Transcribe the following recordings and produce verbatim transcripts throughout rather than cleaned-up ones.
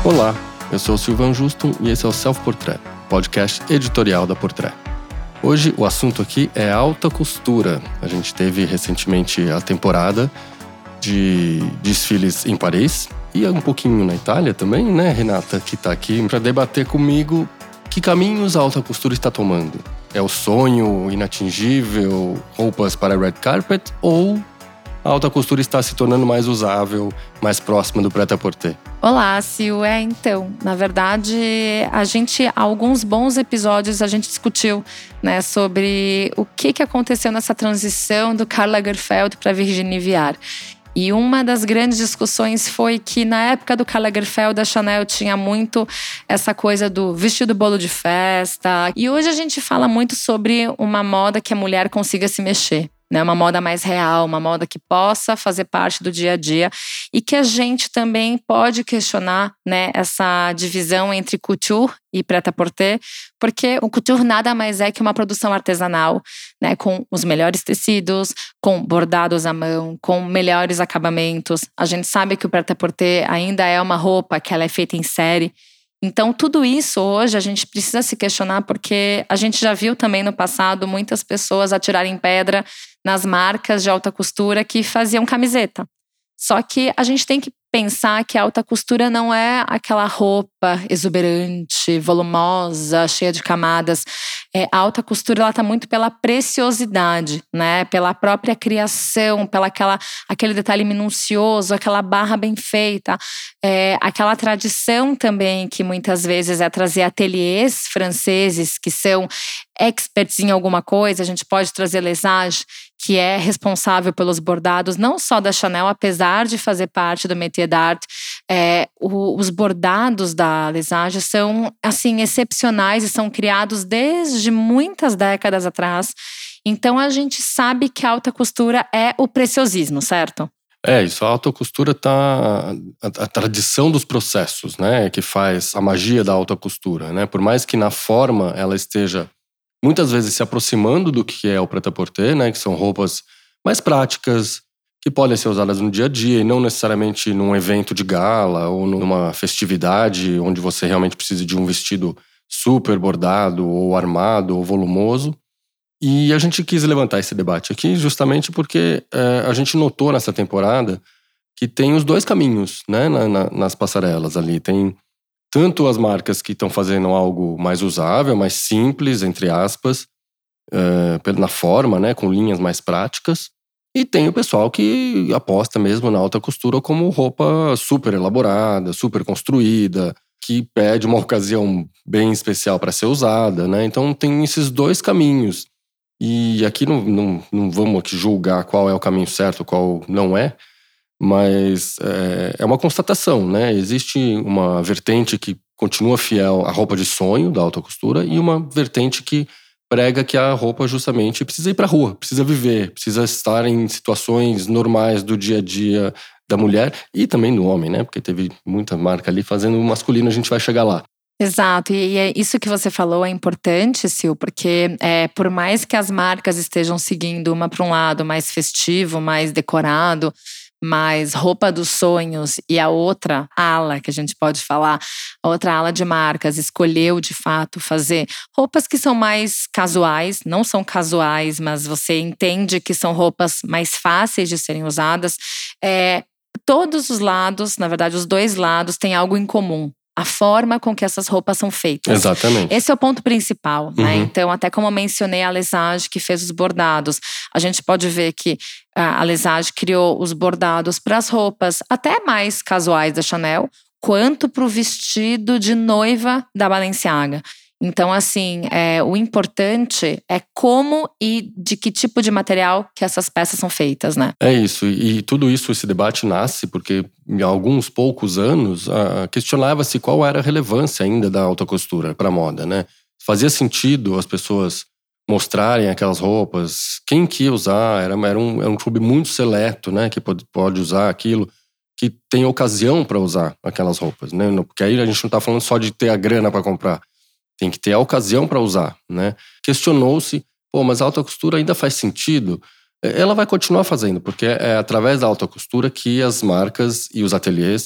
Olá, eu sou o Silvan Justo e esse é o Self Portrait, podcast editorial da Portrait. Hoje o assunto aqui é alta costura. A gente teve recentemente a temporada de desfiles em Paris e um pouquinho na Itália também, né, Renata, que está aqui para debater comigo que caminhos a alta costura está tomando. É o sonho inatingível, roupas para red carpet, ou a alta costura está se tornando mais usável, mais próxima do prêt-à-porter? Olá, Sil. É, então, na verdade, a gente, há alguns bons episódios, a gente discutiu, né, sobre o que, que aconteceu nessa transição do Karl Lagerfeld para Virginie Viard. E uma das grandes discussões foi que na época do Karl Lagerfeld, a Chanel tinha muito essa coisa do vestido bolo de festa. E hoje a gente fala muito sobre uma moda que a mulher consiga se mexer. Né, uma moda mais real, uma moda que possa fazer parte do dia a dia e que a gente também pode questionar, né, essa divisão entre couture e prêt-à-porter, porque o couture nada mais é que uma produção artesanal, né, com os melhores tecidos, com bordados à mão, com melhores acabamentos. A gente sabe que o prêt-à-porter ainda é uma roupa que ela é feita em série. Então, tudo isso hoje a gente precisa se questionar, porque a gente já viu também no passado muitas pessoas atirarem pedra nas marcas de alta costura que faziam camiseta. Só que a gente tem que pensar que a alta costura não é aquela roupa exuberante, volumosa, cheia de camadas. É, a alta costura ela tá muito pela preciosidade, né? Pela própria criação, pela aquela, aquele detalhe minucioso, aquela barra bem feita. É, aquela tradição também que muitas vezes é trazer ateliês franceses que são experts em alguma coisa. A gente pode trazer Lesage, que é responsável pelos bordados, não só da Chanel, apesar de fazer parte do métier d'art. É, o, os bordados da Lesage são, assim, excepcionais e são criados desde muitas décadas atrás. Então, a gente sabe que a alta costura é o preciosismo, certo? É, isso, a alta costura tá a, a tradição dos processos, né, que faz a magia da alta costura, né? Por mais que na forma ela esteja muitas vezes se aproximando do que é o prêt-à-porter, né, que são roupas mais práticas, que podem ser usadas no dia a dia e não necessariamente num evento de gala ou numa festividade onde você realmente precisa de um vestido super bordado ou armado ou volumoso. E a gente quis levantar esse debate aqui justamente porque é, a gente notou nessa temporada que tem os dois caminhos, né, na, na, nas passarelas ali. Tem tanto as marcas que estão fazendo algo mais usável, mais simples, entre aspas, é, na forma, né, com linhas mais práticas. E tem o pessoal que aposta mesmo na alta costura como roupa super elaborada, super construída, que pede uma ocasião bem especial para ser usada, né? Então tem esses dois caminhos. E aqui não, não, não vamos aqui julgar qual é o caminho certo, qual não é, mas é, é uma constatação, né? Existe uma vertente que continua fiel à roupa de sonho da alta costura e uma vertente que prega que a roupa justamente precisa ir para a rua, precisa viver, precisa estar em situações normais do dia a dia da mulher e também do homem, né? Porque teve muita marca ali fazendo o masculino, a gente vai chegar lá. Exato, e é isso que você falou é importante, Sil, porque é, por mais que as marcas estejam seguindo uma para um lado mais festivo, mais decorado, mais roupa dos sonhos, e a outra ala que a gente pode falar, a outra ala de marcas escolheu de fato fazer roupas que são mais casuais, não são casuais, mas você entende que são roupas mais fáceis de serem usadas. É, todos os lados, na verdade os dois lados têm algo em comum. A forma com que essas roupas são feitas. Exatamente. Esse é o ponto principal, né? Uhum. Então, até como eu mencionei a Lesage, que fez os bordados, a gente pode ver que a Lesage criou os bordados para as roupas até mais casuais da Chanel, quanto para o vestido de noiva da Balenciaga. Então, assim, é, o importante é como e de que tipo de material que essas peças são feitas, né? É isso, e tudo isso, esse debate nasce porque em alguns poucos anos ah, questionava-se qual era a relevância ainda da alta costura para a moda, né? Fazia sentido as pessoas mostrarem aquelas roupas, quem que ia usar, era, era, um, era um clube muito seleto, né, que pode, pode usar aquilo, que tem ocasião para usar aquelas roupas, né? Porque aí a gente não está falando só de ter a grana para comprar. Tem que ter a ocasião para usar, né? Questionou-se, pô, mas a alta costura ainda faz sentido? Ela vai continuar fazendo, porque é através da alta costura que as marcas e os ateliês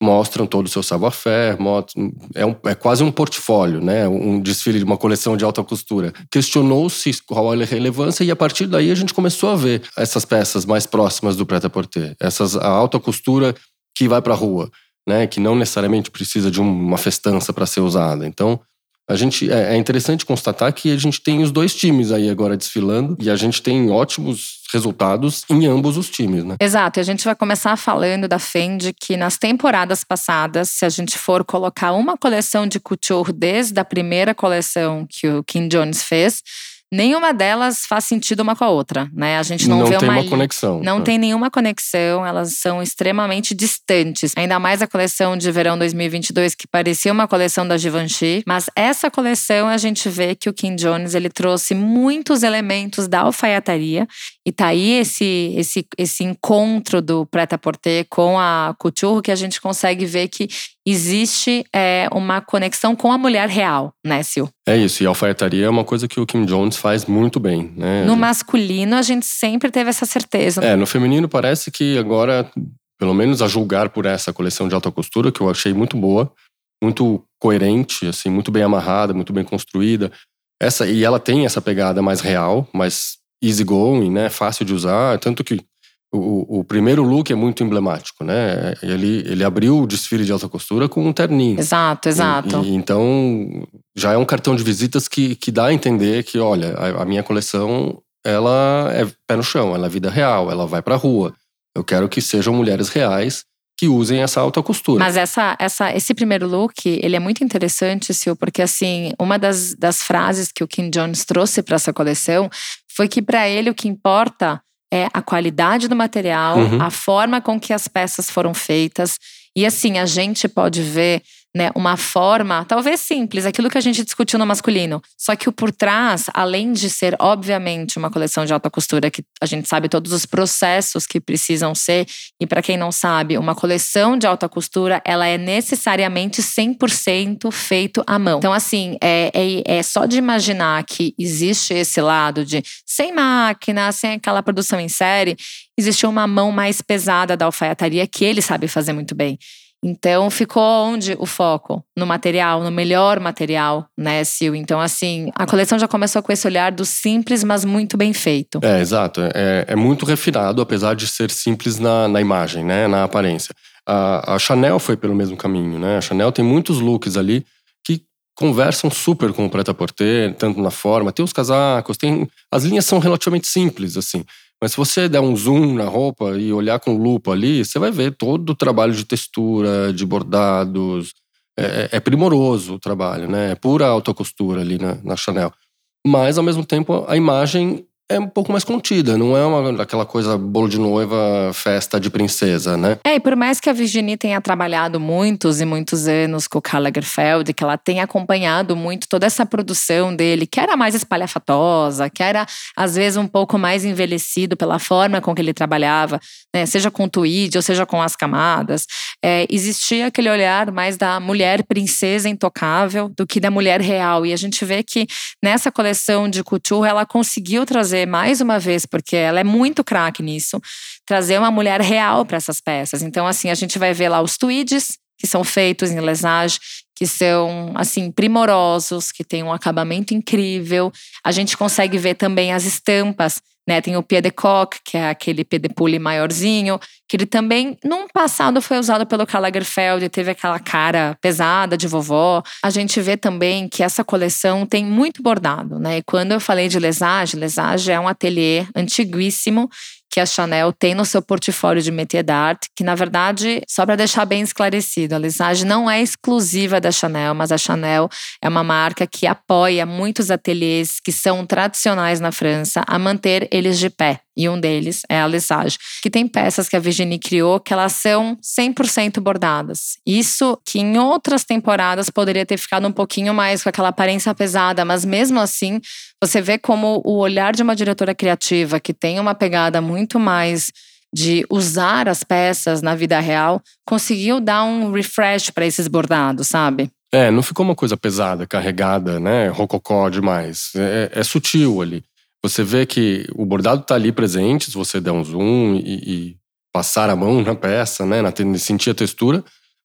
mostram todo o seu savoir-faire, é, um, é quase um portfólio, né? Um desfile de uma coleção de alta costura. Questionou-se qual é a relevância e a partir daí a gente começou a ver essas peças mais próximas do prêt-à-porter. Essas, a alta costura que vai para a rua, né? Que não necessariamente precisa de uma festança para ser usada. Então, a gente, é interessante constatar que a gente tem os dois times aí agora desfilando e a gente tem ótimos resultados em ambos os times, né? Exato, e a gente vai começar falando da Fendi, que nas temporadas passadas, se a gente for colocar uma coleção de couture desde a primeira coleção que o Kim Jones fez, nenhuma delas faz sentido uma com a outra, né? A gente não, não vê tem uma, uma conexão. Não né? tem nenhuma conexão, elas são extremamente distantes. Ainda mais a coleção de verão dois mil e vinte e dois, que parecia uma coleção da Givenchy. Mas essa coleção a gente vê que o Kim Jones, ele trouxe muitos elementos da alfaiataria. E tá aí esse, esse, esse encontro do prêt-à-porter com a couture, que a gente consegue ver que existe é, uma conexão com a mulher real, né, Sil? É isso, e a alfaiataria é uma coisa que o Kim Jones faz muito bem, né? No masculino, a gente sempre teve essa certeza. É, no feminino parece que agora, pelo menos a julgar por essa coleção de alta costura, que eu achei muito boa, muito coerente, assim, muito bem amarrada, muito bem construída. Essa, e ela tem essa pegada mais real, mais easygoing, né? Fácil de usar, tanto que O, o primeiro look é muito emblemático, né? Ele, ele abriu o desfile de alta costura com um terninho. Exato, exato. E, e, então, já é um cartão de visitas que, que dá a entender que, olha, a, a minha coleção, ela é pé no chão, ela é vida real, ela vai pra rua. Eu quero que sejam mulheres reais que usem essa alta costura. Mas essa, essa, esse primeiro look, ele é muito interessante, Sil, porque assim, uma das, das frases que o Kim Jones trouxe para essa coleção foi que para ele o que importa é a qualidade do material, uhum. a forma com que as peças foram feitas. E assim, a gente pode ver, né, uma forma, talvez simples, aquilo que a gente discutiu no masculino. Só que o por trás, além de ser, obviamente, uma coleção de alta costura, que a gente sabe todos os processos que precisam ser, e para quem não sabe, uma coleção de alta costura, ela é necessariamente cem por cento feito à mão. Então, assim, é, é, é só de imaginar que existe esse lado de sem máquina, sem aquela produção em série, existe uma mão mais pesada da alfaiataria que ele sabe fazer muito bem. Então, ficou onde o foco? No material, no melhor material, né, Sil? Então, assim, a coleção já começou com esse olhar do simples, mas muito bem feito. É, exato. É, é muito refinado, apesar de ser simples na, na imagem, né, na aparência. A, a Chanel foi pelo mesmo caminho, né? A Chanel tem muitos looks ali que conversam super com o prêt-à-porter, tanto na forma. Tem os casacos, tem... As linhas são relativamente simples, assim. Mas se você der um zoom na roupa e olhar com lupa ali, você vai ver todo o trabalho de textura, de bordados. É, é primoroso o trabalho, né? É pura alta costura ali na, na Chanel. Mas, ao mesmo tempo, a imagem é um pouco mais contida. Não é uma, aquela coisa bolo de noiva, festa de princesa, né? É, e por mais que a Virginie tenha trabalhado muitos e muitos anos com o Karl Lagerfeld, que ela tenha acompanhado muito toda essa produção dele, que era mais espalhafatosa, que era, às vezes, um pouco mais envelhecido pela forma com que ele trabalhava, né? Seja com o tweed ou seja com as camadas. É, existia aquele olhar mais da mulher princesa intocável do que da mulher real. E a gente vê que nessa coleção de couture, ela conseguiu trazer mais uma vez, porque ela é muito craque nisso, trazer uma mulher real para essas peças. Então, assim, a gente vai ver lá os tweeds, que são feitos em lesage, que são, assim, primorosos, que tem um acabamento incrível. A gente consegue ver também as estampas, né? Tem o pied de coque, que é aquele pied de pulle maiorzinho, que ele também, num passado, foi usado pelo Karl Lagerfeld, teve aquela cara pesada de vovó. A gente vê também que essa coleção tem muito bordado, né? E quando eu falei de lesage, lesage é um ateliê antiguíssimo que a Chanel tem no seu portfólio de métier d'art, que na verdade, só para deixar bem esclarecido, a lesage não é exclusiva da Chanel, mas a Chanel é uma marca que apoia muitos ateliês que são tradicionais na França a manter eles de pé. E um deles é a lesage, que tem peças que a Virginie criou que elas são cem por cento bordadas. Isso que em outras temporadas poderia ter ficado um pouquinho mais com aquela aparência pesada, mas mesmo assim, você vê como o olhar de uma diretora criativa que tem uma pegada muito mais de usar as peças na vida real, conseguiu dar um refresh para esses bordados, sabe? É, não ficou uma coisa pesada, carregada, né, rococó demais. É, é sutil ali. Você vê que o bordado tá ali presente, se você der um zoom e, e passar a mão na peça, né, na, sentir a textura,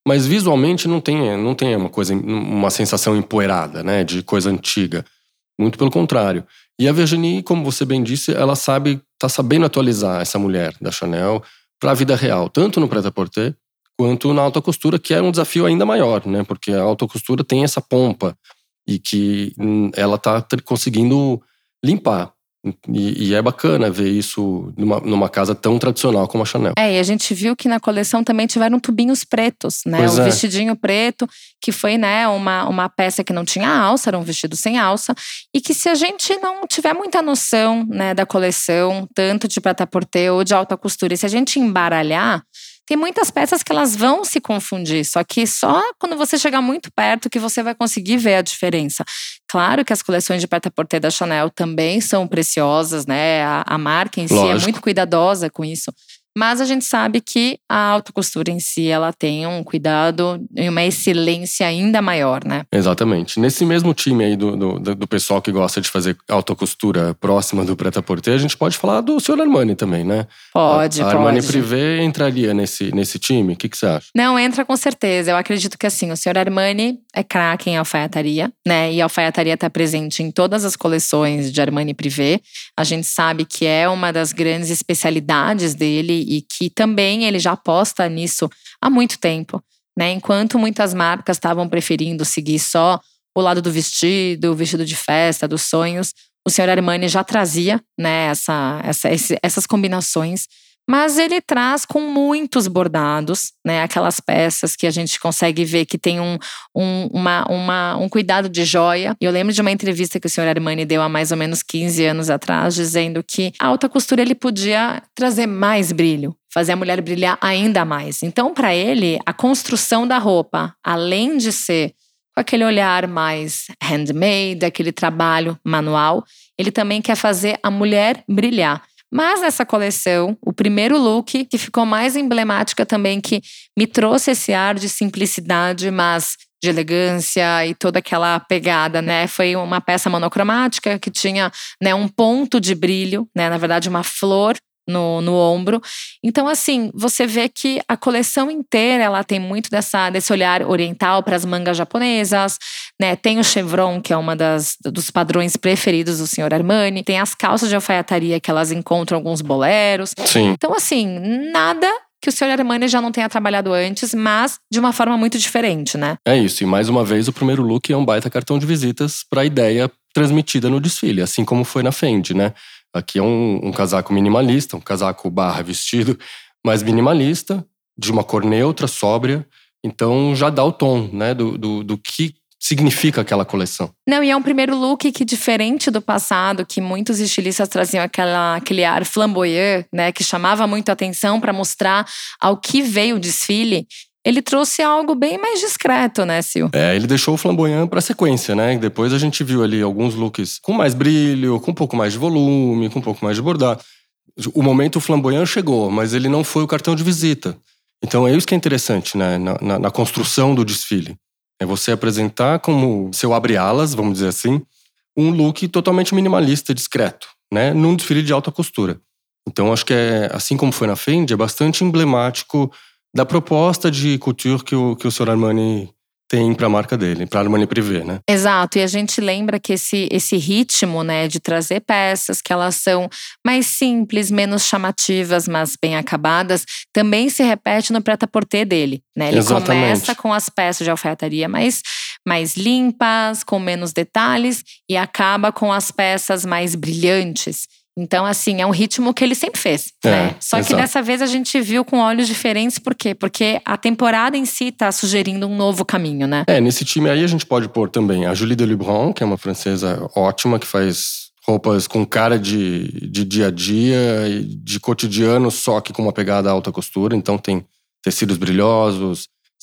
mas visualmente não tem, não tem uma coisa, uma sensação empoeirada, né, de coisa antiga. Muito pelo contrário. E a Virginie, como você bem disse, ela sabe, tá sabendo atualizar essa mulher da Chanel para a vida real, tanto no prêt-à-porter quanto na alta costura, que é um desafio ainda maior, né, porque a alta costura tem essa pompa e que ela tá conseguindo limpar. E, e é bacana ver isso numa, numa casa tão tradicional como a Chanel. É, e a gente viu que na coleção também tiveram tubinhos pretos, né? Pois o é. vestidinho preto, que foi, né, uma, uma peça que não tinha alça, era um vestido sem alça. E que se a gente não tiver muita noção, né, da coleção, tanto de prêt-à-porter ou de alta costura, e se a gente embaralhar, tem muitas peças que elas vão se confundir, só que só quando você chegar muito perto que você vai conseguir ver a diferença. Claro que as coleções de prêt-à-porter da Chanel também são preciosas, né? A, a marca em si Lógico. é muito cuidadosa com isso. Mas a gente sabe que a alta costura em si, ela tem um cuidado e uma excelência ainda maior, né? Exatamente. Nesse mesmo time aí do, do, do pessoal que gosta de fazer alta costura próxima do prêt-à-porter, a gente pode falar do senhor Armani também, né? Pode, a, a pode. Armani Privé entraria nesse, nesse time? O que, que você acha? Não, entra com certeza. Eu acredito que assim, o senhor Armani é craque em alfaiataria, né? E a alfaiataria está presente em todas as coleções de Armani Privé. A gente sabe que é uma das grandes especialidades dele e que também ele já aposta nisso há muito tempo, né? Enquanto muitas marcas estavam preferindo seguir só o lado do vestido, o vestido de festa, dos sonhos, o senhor Armani já trazia, né, essa, essa, essas combinações. Mas ele traz com muitos bordados, né? Aquelas peças que a gente consegue ver que tem um, um, uma, uma, um cuidado de joia. E eu lembro de uma entrevista que o senhor Armani deu há mais ou menos quinze anos atrás, dizendo que a alta costura ele podia trazer mais brilho, fazer a mulher brilhar ainda mais. Então, para ele, a construção da roupa, além de ser com aquele olhar mais handmade, aquele trabalho manual, ele também quer fazer a mulher brilhar. Mas nessa coleção, o primeiro look que ficou mais emblemática também, que me trouxe esse ar de simplicidade, mas de elegância e toda aquela pegada, né? Foi uma peça monocromática que tinha, né, um ponto de brilho, né? Na verdade, uma flor No, no ombro. Então, assim, você vê que a coleção inteira ela tem muito dessa, desse olhar oriental para as mangas japonesas, né? Tem o chevron, que é uma das dos padrões preferidos do senhor Armani. Tem as calças de alfaiataria que elas encontram alguns boleros. Sim. Então, assim, nada que o senhor Armani já não tenha trabalhado antes, mas de uma forma muito diferente, né? É isso. E mais uma vez, o primeiro look é um baita cartão de visitas para a ideia transmitida no desfile, assim como foi na Fendi, né? Aqui é um, um casaco minimalista, um casaco barra vestido, mas minimalista, de uma cor neutra, sóbria. Então já dá o tom, né, do, do, do que significa aquela coleção. Não, e é um primeiro look que, diferente do passado, que muitos estilistas traziam aquela, aquele ar flamboyant, né, que chamava muito a atenção para mostrar ao que veio o desfile. Ele trouxe algo bem mais discreto, né, Sil? É, ele deixou o flamboyant pra sequência, né? Depois a gente viu ali alguns looks com mais brilho, com um pouco mais de volume, com um pouco mais de bordado. O momento flamboyant chegou, mas ele não foi o cartão de visita. Então é isso que é interessante, né? Na, na, na construção do desfile. É você apresentar como seu abre-alas, vamos dizer assim, um look totalmente minimalista, discreto, né? Num desfile de alta costura. Então acho que é, assim como foi na Fendi, é bastante emblemático da proposta de couture que o, que o senhor Armani tem para a marca dele, para a Armani Privé, né? Exato, e a gente lembra que esse, esse ritmo, né, de trazer peças que elas são mais simples, menos chamativas, mas bem acabadas, também se repete no prêt-à-porter dele, né? Ele Exatamente. Começa com as peças de alfaiataria mais, mais limpas, com menos detalhes, e acaba com as peças mais brilhantes. Então, assim, é um ritmo que ele sempre fez, é, né? Só que exato. dessa vez a gente viu com olhos diferentes. Por quê? Porque a temporada em si tá sugerindo um novo caminho, né? É, nesse time aí a gente pode pôr também a Julie Delubron, que é uma francesa ótima, que faz roupas com cara de, de dia a dia e de cotidiano, só que com uma pegada alta costura. Então tem tecidos brilhosos,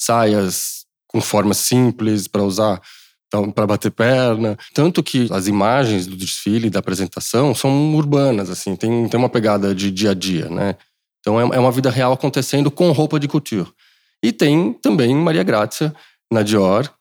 saias com formas simples para usar, para bater perna. Tanto que as imagens do desfile, da apresentação, são urbanas, assim, tem, tem uma pegada de dia a dia, né? Então é, é uma vida real acontecendo com roupa de couture. E tem também Maria Grazia, na Dior,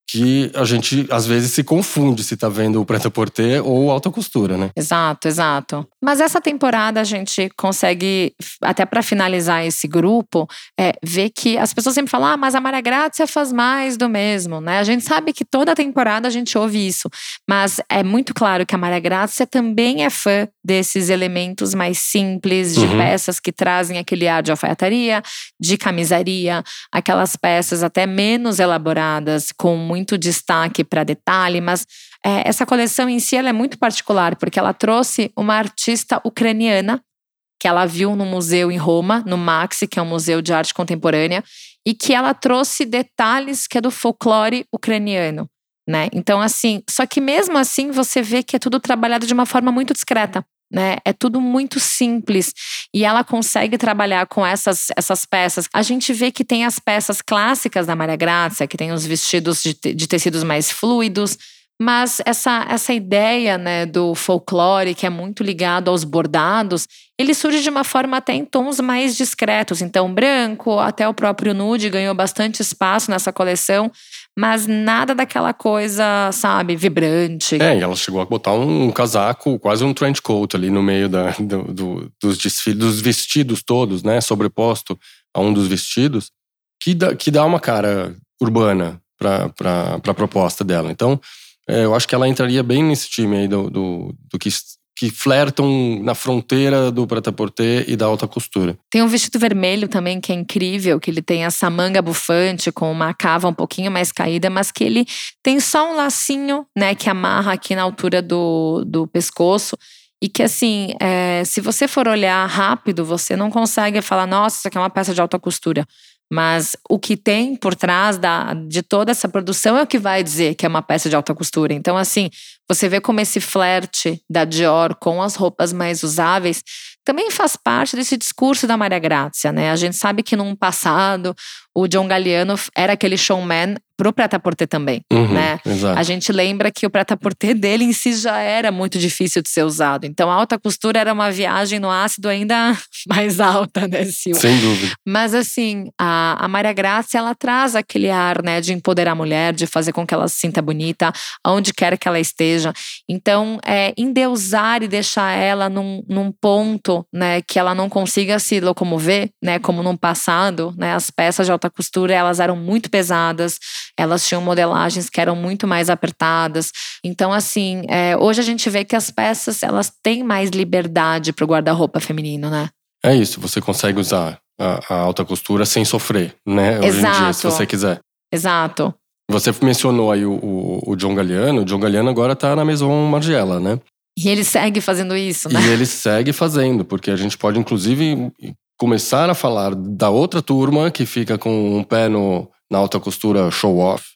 que a gente, às vezes, se confunde se tá vendo o prêt-à-porter ou alta costura, né? Exato, exato. Mas essa temporada a gente consegue, até para finalizar esse grupo, é, ver que as pessoas sempre falam, ah, mas a Maria Grazia faz mais do mesmo, né? A gente sabe que toda temporada a gente ouve isso, mas é muito claro que a Maria Grazia também é fã desses elementos mais simples, de uhum. peças que trazem aquele ar de alfaiataria, de camisaria, aquelas peças até menos elaboradas, com muito destaque para detalhe, mas é, essa coleção em si ela é muito particular, porque ela trouxe uma artista ucraniana, que ela viu no museu em Roma, no Maxi, que é um museu de arte contemporânea, e que ela trouxe detalhes que é do folclore ucraniano, né? Então assim, só que mesmo assim você vê que é tudo trabalhado de uma forma muito discreta, né? É tudo muito simples e ela consegue trabalhar com essas, essas peças. A gente vê que tem as peças clássicas da Maria Grazia, que tem os vestidos de, de tecidos mais fluidos, mas essa, essa ideia, né, do folclore, que é muito ligado aos bordados, ele surge de uma forma até em tons mais discretos. Então, branco, até o próprio nude ganhou bastante espaço nessa coleção, mas nada daquela coisa, sabe, vibrante. É, e ela chegou a botar um casaco, quase um trench coat ali no meio da, do, do, dos desfiles, dos vestidos todos, né, sobreposto a um dos vestidos, que dá, que dá uma cara urbana para para para a proposta dela. Então, é, eu acho que ela entraria bem nesse time aí do, do, do que, que flertam na fronteira do prêt-à-porter e da alta costura. Tem um vestido vermelho também que é incrível, que ele tem essa manga bufante com uma cava um pouquinho mais caída, mas que ele tem só um lacinho, né, que amarra aqui na altura do, do pescoço. E que assim, é, se você for olhar rápido, você não consegue falar, nossa, isso aqui é uma peça de alta costura. Mas o que tem por trás da, de toda essa produção é o que vai dizer que é uma peça de alta costura. Então assim, você vê como esse flerte da Dior com as roupas mais usáveis também faz parte desse discurso da Maria Grazia, né? A gente sabe que num passado o John Galliano era aquele showman pro prêt-à-porter também, uhum, né? Exato. A gente lembra que o prêt-à-porter dele em si já era muito difícil de ser usado. Então a alta costura era uma viagem no ácido ainda mais alta, né, Sil? Sem dúvida. Mas assim, a, a Maria Grazia, ela traz aquele ar, né, de empoderar a mulher, de fazer com que ela se sinta bonita, aonde quer que ela esteja. Então, é, endeusar e deixar ela num, num ponto, né, que ela não consiga se locomover, né, como no passado, né, as peças de alta costura, elas eram muito pesadas, elas tinham modelagens que eram muito mais apertadas. Então, assim, é, hoje a gente vê que as peças, elas têm mais liberdade pro guarda-roupa feminino, né? É isso, você consegue usar a, a alta costura sem sofrer, né, hoje Exato. em dia, se você quiser. Exato. Você mencionou aí o, o, o John Galliano. O John Galliano agora tá na Maison Margiela, né? E ele segue fazendo isso, né? E ele segue fazendo, porque a gente pode, inclusive, começar a falar da outra turma que fica com um pé no, na alta costura show-off,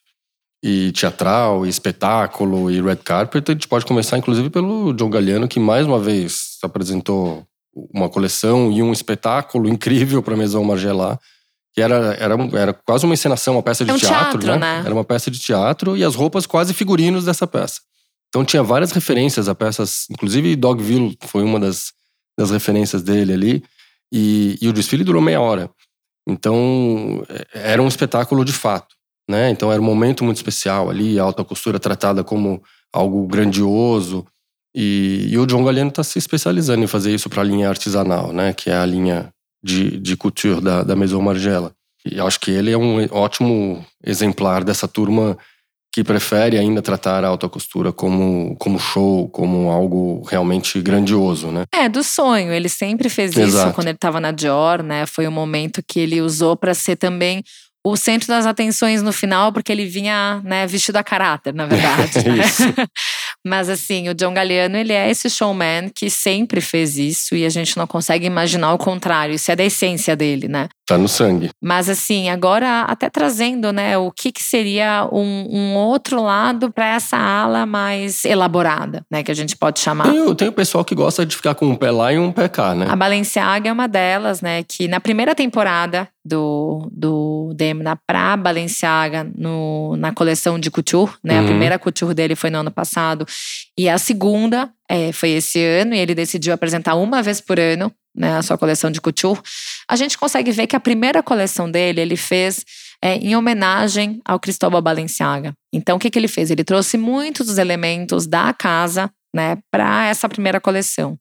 e teatral, e espetáculo, e red carpet. A gente pode começar, inclusive, pelo John Galliano, que mais uma vez apresentou uma coleção e um espetáculo incrível para a Maison Margiela. Que era, era, era quase uma encenação, uma peça de é um teatro, teatro, né? né? Era uma peça de teatro e as roupas quase figurinos dessa peça. Então tinha várias referências a peças, inclusive Dogville foi uma das, das referências dele ali. E, e o desfile durou meia hora. Então era um espetáculo de fato, né? Então era um momento muito especial ali, a alta costura tratada como algo grandioso. E, e o John Galliano está se especializando em fazer isso para a linha artesanal, né? Que é a linha De, de couture da, da Maison Margiela. E acho que ele é um ótimo exemplar dessa turma que prefere ainda tratar a alta costura como, como show, como algo realmente grandioso, né? É, do sonho. Ele sempre fez Exato. Isso quando ele estava na Dior, né? Foi um momento que ele usou para ser também o centro das atenções no final, porque ele vinha, né, vestido a caráter, na verdade. Né? Isso. Mas assim, o John Galliano, ele é esse showman que sempre fez isso e a gente não consegue imaginar o contrário. Isso é da essência dele, né? Tá no sangue. Mas assim, agora até trazendo, né, o que, que seria um, um outro lado para essa ala mais elaborada, né, que a gente pode chamar. Tem, tem o pessoal que gosta de ficar com um pé lá e um pé cá, né? A Balenciaga é uma delas, né, que na primeira temporada do, do Demna pra Balenciaga, no, na coleção de couture, né, Uhum. A primeira couture dele foi no ano passado e a segunda é, foi esse ano e ele decidiu apresentar uma vez por ano, né, a sua coleção de couture. A gente consegue ver que a primeira coleção dele, ele fez é, em homenagem ao Cristóbal Balenciaga. Então, o que, que ele fez? Ele trouxe muitos dos elementos da casa, né, para essa primeira coleção.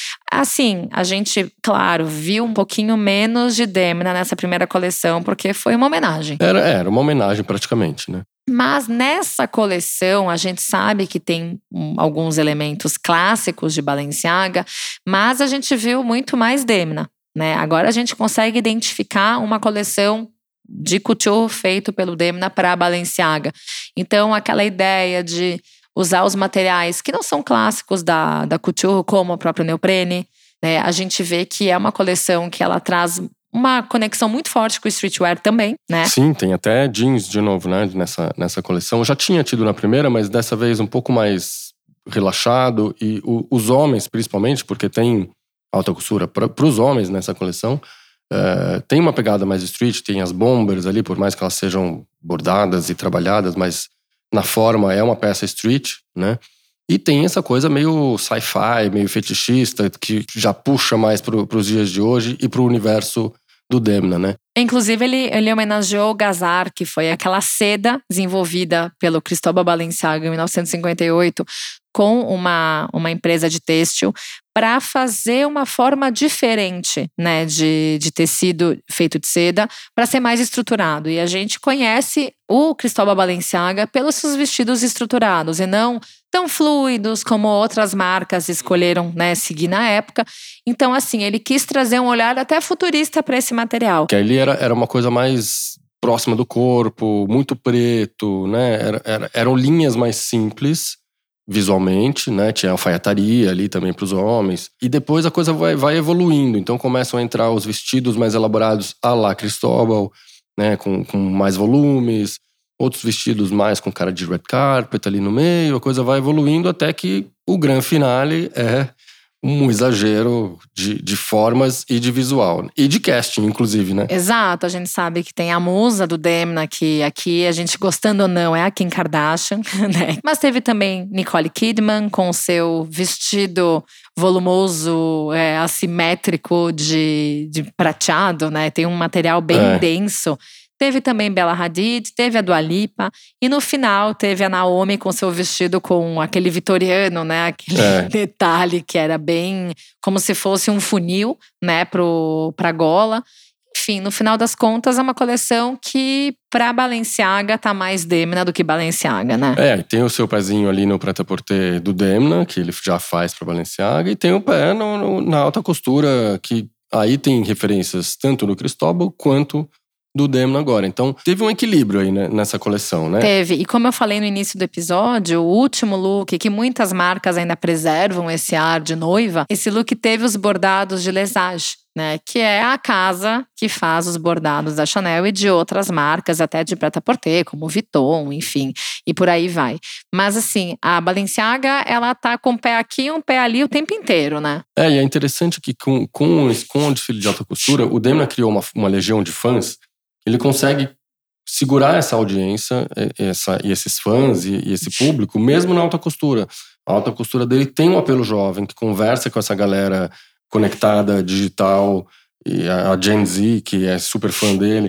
Assim, a gente, claro, viu um pouquinho menos de Demna nessa primeira coleção, porque foi uma homenagem. Era, era uma homenagem praticamente, né? Mas nessa coleção, a gente sabe que tem um, alguns elementos clássicos de Balenciaga, mas a gente viu muito mais Demna, né? Agora a gente consegue identificar uma coleção de couture feito pelo Demna para Balenciaga. Então, aquela ideia de usar os materiais que não são clássicos da, da couture, como o próprio neoprene, né? A gente vê que é uma coleção que ela traz uma conexão muito forte com o streetwear também, né? Sim, tem até jeans de novo, né? Nessa, nessa coleção. Já tinha tido na primeira, mas dessa vez um pouco mais relaxado. E o, os homens, principalmente, porque tem alta costura para os homens nessa coleção, uh, tem uma pegada mais street, tem as bombers ali, por mais que elas sejam bordadas e trabalhadas, mas na forma é uma peça street, né? E tem essa coisa meio sci-fi, meio fetichista, que já puxa mais para os dias de hoje e para o universo do Demna, né? Inclusive, ele, ele homenageou o Gazar, que foi aquela seda desenvolvida pelo Cristóbal Balenciaga em mil novecentos e cinquenta e oito com uma, uma empresa de têxtil para fazer uma forma diferente, né, de, de tecido feito de seda para ser mais estruturado. E a gente conhece o Cristóbal Balenciaga pelos seus vestidos estruturados e não tão fluidos como outras marcas escolheram, né, seguir na época. Então, assim, ele quis trazer um olhar até futurista para esse material. Que ali era, era uma coisa mais próxima do corpo, muito preto, né? Era, era, eram linhas mais simples visualmente, né? Tinha alfaiataria ali também para os homens. E depois a coisa vai, vai evoluindo. Então começam a entrar os vestidos mais elaborados à la Cristóbal, né? Com, com mais volumes. Outros vestidos mais com cara de red carpet ali no meio. A coisa vai evoluindo até que o grande finale é um exagero de, de formas e de visual. E de casting, inclusive, né? Exato. A gente sabe que tem a musa do Demna, que aqui, a gente gostando ou não, é a Kim Kardashian, né? Mas teve também Nicole Kidman com o seu vestido volumoso, é, assimétrico de, de prateado, né? Tem um material bem é. denso. Teve também Bella Hadid, teve a Dua Lipa. E no final teve a Naomi com seu vestido com aquele vitoriano, né? Aquele é. detalhe que era bem como se fosse um funil, né? Pro, pra gola. Enfim, no final das contas é uma coleção que pra Balenciaga tá mais Demna do que Balenciaga, né? É, tem o seu pezinho ali no prêt-à-porter do Demna, que ele já faz pra Balenciaga. E tem o pé no, no, na alta costura, que aí tem referências tanto no Cristóbal quanto do Demna agora. Então, teve um equilíbrio aí, né, nessa coleção, né? Teve. E como eu falei no início do episódio, o último look, que muitas marcas ainda preservam esse ar de noiva, esse look teve os bordados de Lesage, né? Que é a casa que faz os bordados da Chanel e de outras marcas, até de prêt-à-porter, como Vuitton, enfim. E por aí vai. Mas assim, a Balenciaga, ela tá com um pé aqui e um pé ali o tempo inteiro, né? É, e é interessante que com, com, com o desfile de alta costura, o Demna criou uma, uma legião de fãs. Ele consegue segurar essa audiência essa, e esses fãs e, e esse público, mesmo na alta costura. A alta costura dele tem um apelo jovem, que conversa com essa galera conectada, digital, e a, a Gen Z, que é super fã dele.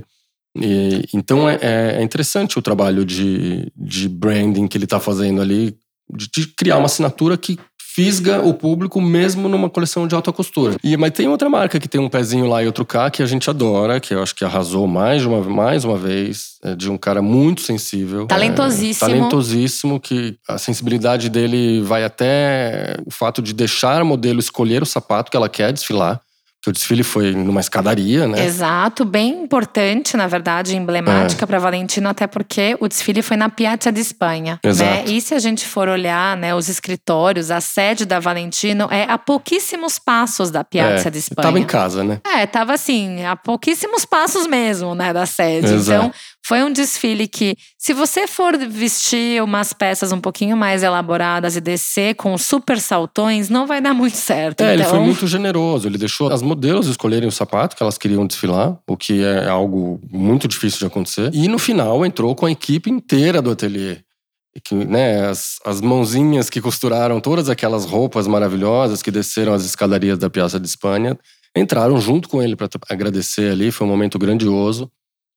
E, então é, é interessante o trabalho de, de branding que ele está fazendo ali, de, de criar uma assinatura que fisga o público mesmo numa coleção de alta costura. E, mas tem outra marca que tem um pezinho lá e outro cá que a gente adora, que eu acho que arrasou mais uma, mais uma vez, é de um cara muito sensível. Talentosíssimo. É, talentosíssimo, que a sensibilidade dele vai até o fato de deixar a modelo escolher o sapato que ela quer desfilar. Que o desfile foi numa escadaria, né? Exato, bem importante, na verdade, emblemática é. para Valentino, até porque o desfile foi na Piazza di Spagna. Exato. Né? E se a gente for olhar, né, os escritórios, a sede da Valentino é a pouquíssimos passos da Piazza é, di Spagna. Tava em casa, né? É, tava assim, a pouquíssimos passos mesmo, né, da sede. Exato. Então, foi um desfile que, se você for vestir umas peças um pouquinho mais elaboradas e descer com super saltões, não vai dar muito certo. É, então... ele foi muito generoso. Ele deixou as modelos escolherem o sapato que elas queriam desfilar, o que é algo muito difícil de acontecer. E no final entrou com a equipe inteira do ateliê. Que, né, as, as mãozinhas que costuraram todas aquelas roupas maravilhosas que desceram as escadarias da Piazza di Spagna, entraram junto com ele para agradecer ali. Foi um momento grandioso.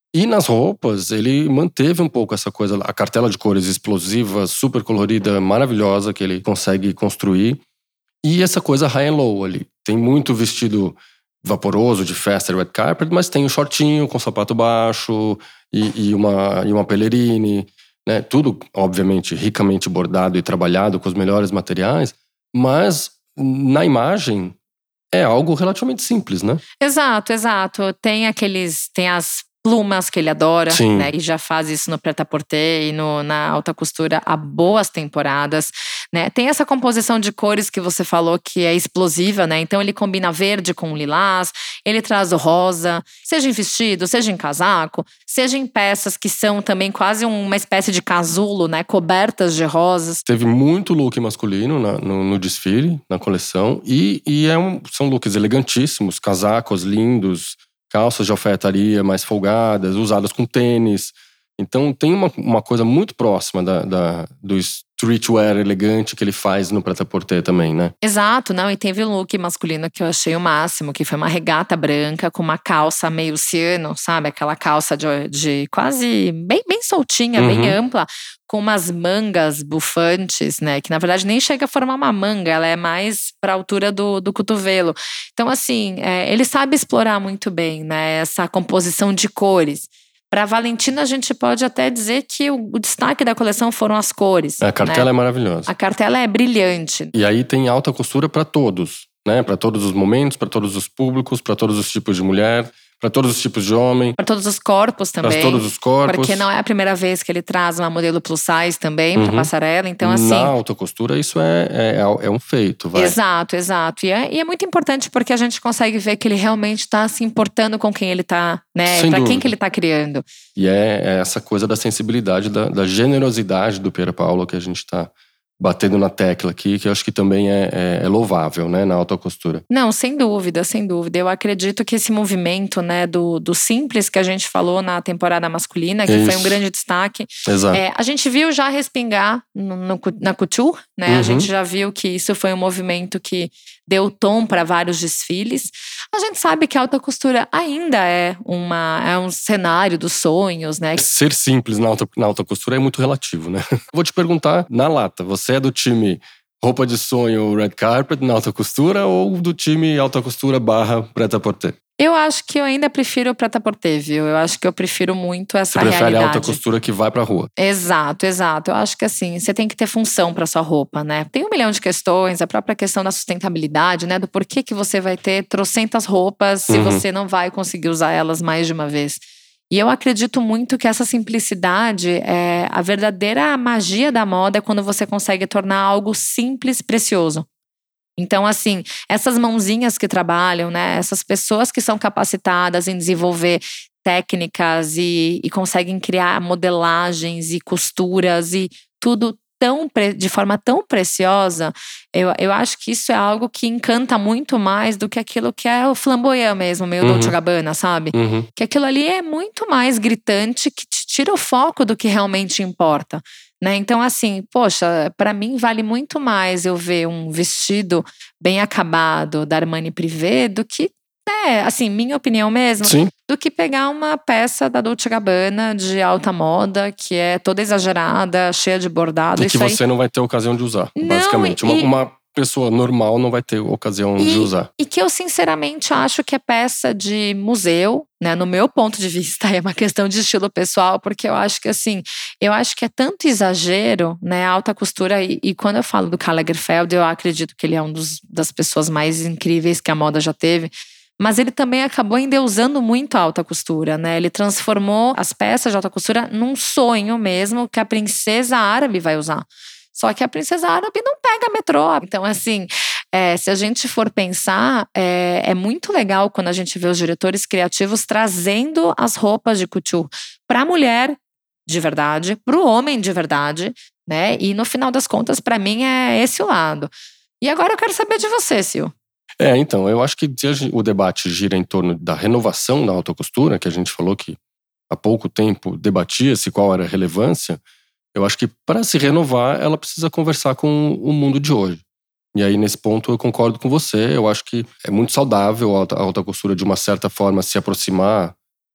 E nas roupas, ele manteve um pouco essa coisa, a cartela de cores explosiva, super colorida, maravilhosa que ele consegue construir. E essa coisa high and low ali. Tem muito vestido vaporoso de festa, red carpet, mas tem um shortinho com sapato baixo e, e, uma, e uma pelerine, né? Tudo, obviamente, ricamente bordado e trabalhado com os melhores materiais, mas na imagem é algo relativamente simples, né? Exato, exato. Tem aqueles, tem as plumas que ele adora, Sim. né? E já faz isso no prêt-à-porter e no, na alta costura há boas temporadas, né? Tem essa composição de cores que você falou que é explosiva, né? Então ele combina verde com lilás, ele traz o rosa, seja em vestido, seja em casaco, seja em peças que são também quase uma espécie de casulo, né? Cobertas de rosas. Teve muito look masculino na, no, no desfile, na coleção, e, e é um, são looks elegantíssimos, casacos lindos, calças de alfaiataria mais folgadas, usadas com tênis. Então tem uma, uma coisa muito próxima da, da, do streetwear elegante que ele faz no prêt-à-porter também, né? Exato, não, e teve um look masculino que eu achei o máximo, que foi uma regata branca com uma calça meio ciano, sabe? Aquela calça de, de quase bem, bem soltinha, uhum. bem ampla, com umas mangas bufantes, né? Que na verdade nem chega a formar uma manga, ela é mais para a altura do, do cotovelo. Então assim, é, ele sabe explorar muito bem, né? Essa composição de cores. Para Valentina, a gente pode até dizer que o, o destaque da coleção foram as cores. A cartela né? é maravilhosa. A cartela é brilhante. E aí tem alta costura para todos, né? Para todos os momentos, para todos os públicos, para todos os tipos de mulher, para todos os tipos de homem. Para todos os corpos também. Para todos os corpos. Porque não é a primeira vez que ele traz uma modelo plus size também uhum. para passarela. Então, assim. Na alta costura, isso é, é, é um feito. Vai. Exato, exato. E é, e é muito importante porque a gente consegue ver que ele realmente está se importando com quem ele está, né? Para quem que ele está criando. E é, é essa coisa da sensibilidade, da, da generosidade do Pier Paolo que a gente está batendo na tecla aqui, que eu acho que também é, é, é louvável, né, na alta costura. Não, sem dúvida, sem dúvida. Eu acredito que esse movimento, né, do, do simples que a gente falou na temporada masculina, que isso. foi um grande destaque. Exato. É, a gente viu já respingar no, no, na couture, né? Uhum. A gente já viu que isso foi um movimento que deu tom para vários desfiles. A gente sabe que a alta costura ainda é, uma, é um cenário dos sonhos, né? Ser simples na alta, na alta costura é muito relativo, né? Vou te perguntar, na lata, você é do time roupa de sonho red carpet na alta costura ou do time alta costura barra prêt-à-porter? Eu acho que eu ainda prefiro o prêt-à-porter, viu? Eu acho que eu prefiro muito essa realidade. Você prefere realidade. a alta costura que vai pra rua. Exato, exato. Eu acho que assim, você tem que ter função pra sua roupa, né? Tem um milhão de questões, a própria questão da sustentabilidade, né? Do porquê que você vai ter trocentas roupas se uhum. você não vai conseguir usar elas mais de uma vez. E eu acredito muito que essa simplicidade, é a verdadeira magia da moda é quando você consegue tornar algo simples precioso. Então, assim, essas mãozinhas que trabalham, né? Essas pessoas que são capacitadas em desenvolver técnicas e, e conseguem criar modelagens e costuras e tudo tão, de forma tão preciosa, eu, eu acho que isso é algo que encanta muito mais do que aquilo que é o flamboyant mesmo, meio uhum. Dolce and Gabbana, sabe? Uhum. Que aquilo ali é muito mais gritante, que te tira o foco do que realmente importa. Né? Então, assim, poxa, pra mim vale muito mais eu ver um vestido bem acabado da Armani Privé do que, é, assim, minha opinião mesmo, Sim. do que pegar uma peça da Dolce and Gabbana de alta moda, que é toda exagerada, cheia de bordado. E que isso você aí... não vai ter ocasião de usar, não, basicamente. E... Uma, uma pessoa normal não vai ter ocasião e, de usar. E que eu, sinceramente, acho que é peça de museu, né? No meu ponto de vista, é uma questão de estilo pessoal, porque eu acho que, assim, eu acho que é tanto exagero, né? Alta costura, e, e quando eu falo do Karl Lagerfeld, eu acredito que ele é um dos, das pessoas mais incríveis que a moda já teve. Mas ele também acabou endeusando muito a alta costura, né? Ele transformou as peças de alta costura num sonho mesmo que a princesa árabe vai usar. Só que a princesa árabe não pega metrô. Então, assim, é, se a gente for pensar, é, é muito legal quando a gente vê os diretores criativos trazendo as roupas de couture para a mulher de verdade, para o homem de verdade, né? E no final das contas, para mim, é esse o lado. E agora eu quero saber de você, Sil. É, então, eu acho que o debate gira em torno da renovação da alta costura, que a gente falou que há pouco tempo debatia-se qual era a relevância. Eu acho que para se renovar, ela precisa conversar com o mundo de hoje. E aí, nesse ponto, eu concordo com você. Eu acho que é muito saudável a alta, a alta costura, de uma certa forma, se aproximar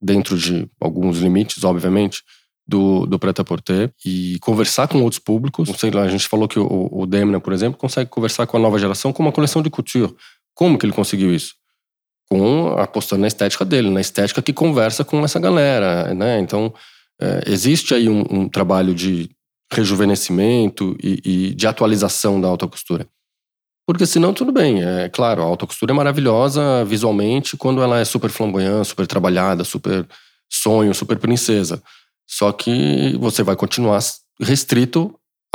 dentro de alguns limites, obviamente, do, do prêt-à-porter e conversar com outros públicos. Não sei lá, a gente falou que o, o Demna, por exemplo, consegue conversar com a nova geração com uma coleção de couture. Como que ele conseguiu isso? Com, apostando na estética dele, na estética que conversa com essa galera, né? Então, é, existe aí um, um trabalho de rejuvenescimento e, e de atualização da alta costura. Porque senão tudo bem, é claro, a alta costura é maravilhosa visualmente quando ela é super flamboyante, super trabalhada, super sonho, super princesa. Só que você vai continuar restrito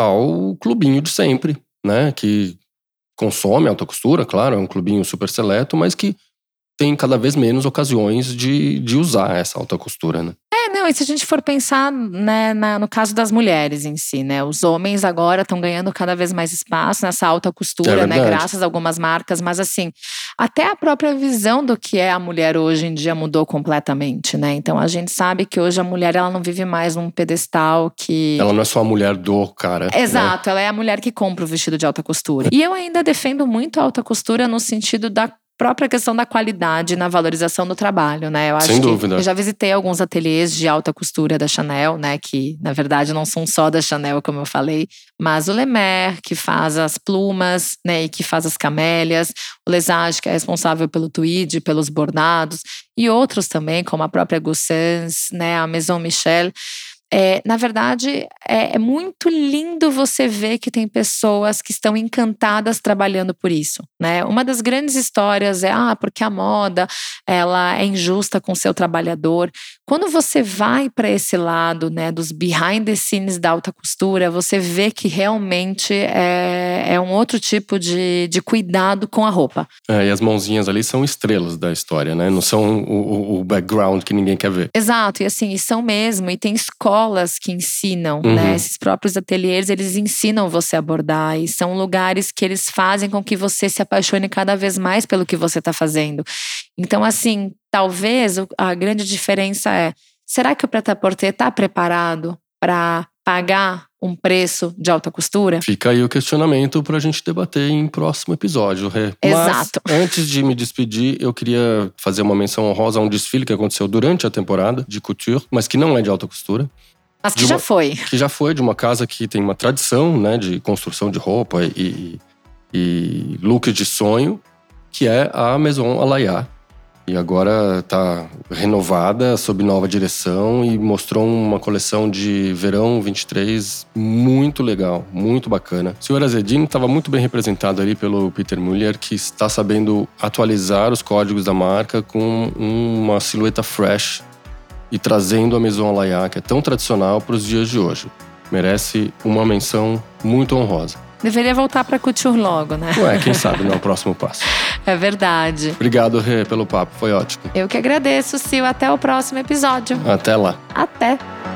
ao clubinho de sempre, né? Que consome alta costura, claro, é um clubinho super seleto, mas que tem cada vez menos ocasiões de, de usar essa alta costura, né? É, não, e se a gente for pensar, né, na, no caso das mulheres em si, né? Os homens agora estão ganhando cada vez mais espaço nessa alta costura, É né? verdade. Graças a algumas marcas, mas assim, até a própria visão do que é a mulher hoje em dia mudou completamente, né? Então a gente sabe que hoje a mulher, ela não vive mais num pedestal que… Ela não é só a mulher do cara. Exato, né? ela é a mulher que compra o vestido de alta costura. E eu ainda defendo muito a alta costura no sentido da própria questão da qualidade na valorização do trabalho, né? Eu acho Sem que dúvida. eu já visitei alguns ateliês de alta costura da Chanel, né? Que, na verdade, não são só da Chanel, como eu falei, mas o Lemer, que faz as plumas, né? E que faz as camélias, o Lesage, que é responsável pelo tweed, pelos bordados, e outros também, como a própria Goussens, né? A Maison Michel. É, na verdade, é, é muito lindo você ver que tem pessoas que estão encantadas trabalhando por isso, né? Uma das grandes histórias é, ah, porque a moda, ela é injusta com o seu trabalhador. Quando você vai para esse lado, né, dos behind the scenes da alta costura, você vê que realmente é, é um outro tipo de, de cuidado com a roupa. É, e as mãozinhas ali são estrelas da história, né? Não são o, o background que ninguém quer ver. Exato, e assim, e são mesmo, e tem escolas que ensinam, Uhum. né? Esses próprios ateliês, eles ensinam você a bordar e são lugares que eles fazem com que você se apaixone cada vez mais pelo que você está fazendo. Então, assim, talvez a grande diferença é, será que o prêt-à-porter está preparado para pagar um preço de alta costura? Fica aí o questionamento pra gente debater em próximo episódio, Rê. Exato. Mas, antes de me despedir, eu queria fazer uma menção honrosa a um desfile que aconteceu durante a temporada de couture, mas que não é de alta costura. Mas que De já uma- foi. Que já foi de uma casa que tem uma tradição, né, de construção de roupa e, e, e looks de sonho, que é a Maison Alaya. E agora está renovada, sob nova direção e mostrou uma coleção de verão vinte e três muito legal, muito bacana. O senhor Azedine estava muito bem representado ali pelo Peter Muller, que está sabendo atualizar os códigos da marca com uma silhueta fresh e trazendo a Maison Alaya, que é tão tradicional, para os dias de hoje. Merece uma menção muito honrosa. Deveria voltar para couture logo, né? Ué, quem sabe não é o próximo passo. É verdade. Obrigado, Rê, pelo papo, foi ótimo. Eu que agradeço, Sil. Até o próximo episódio. Até lá. Até!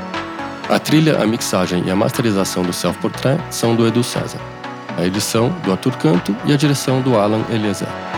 A trilha, a mixagem e a masterização do Self Portrait são do Edu César. A edição do Arthur Canto e a direção do Alan Eliezer.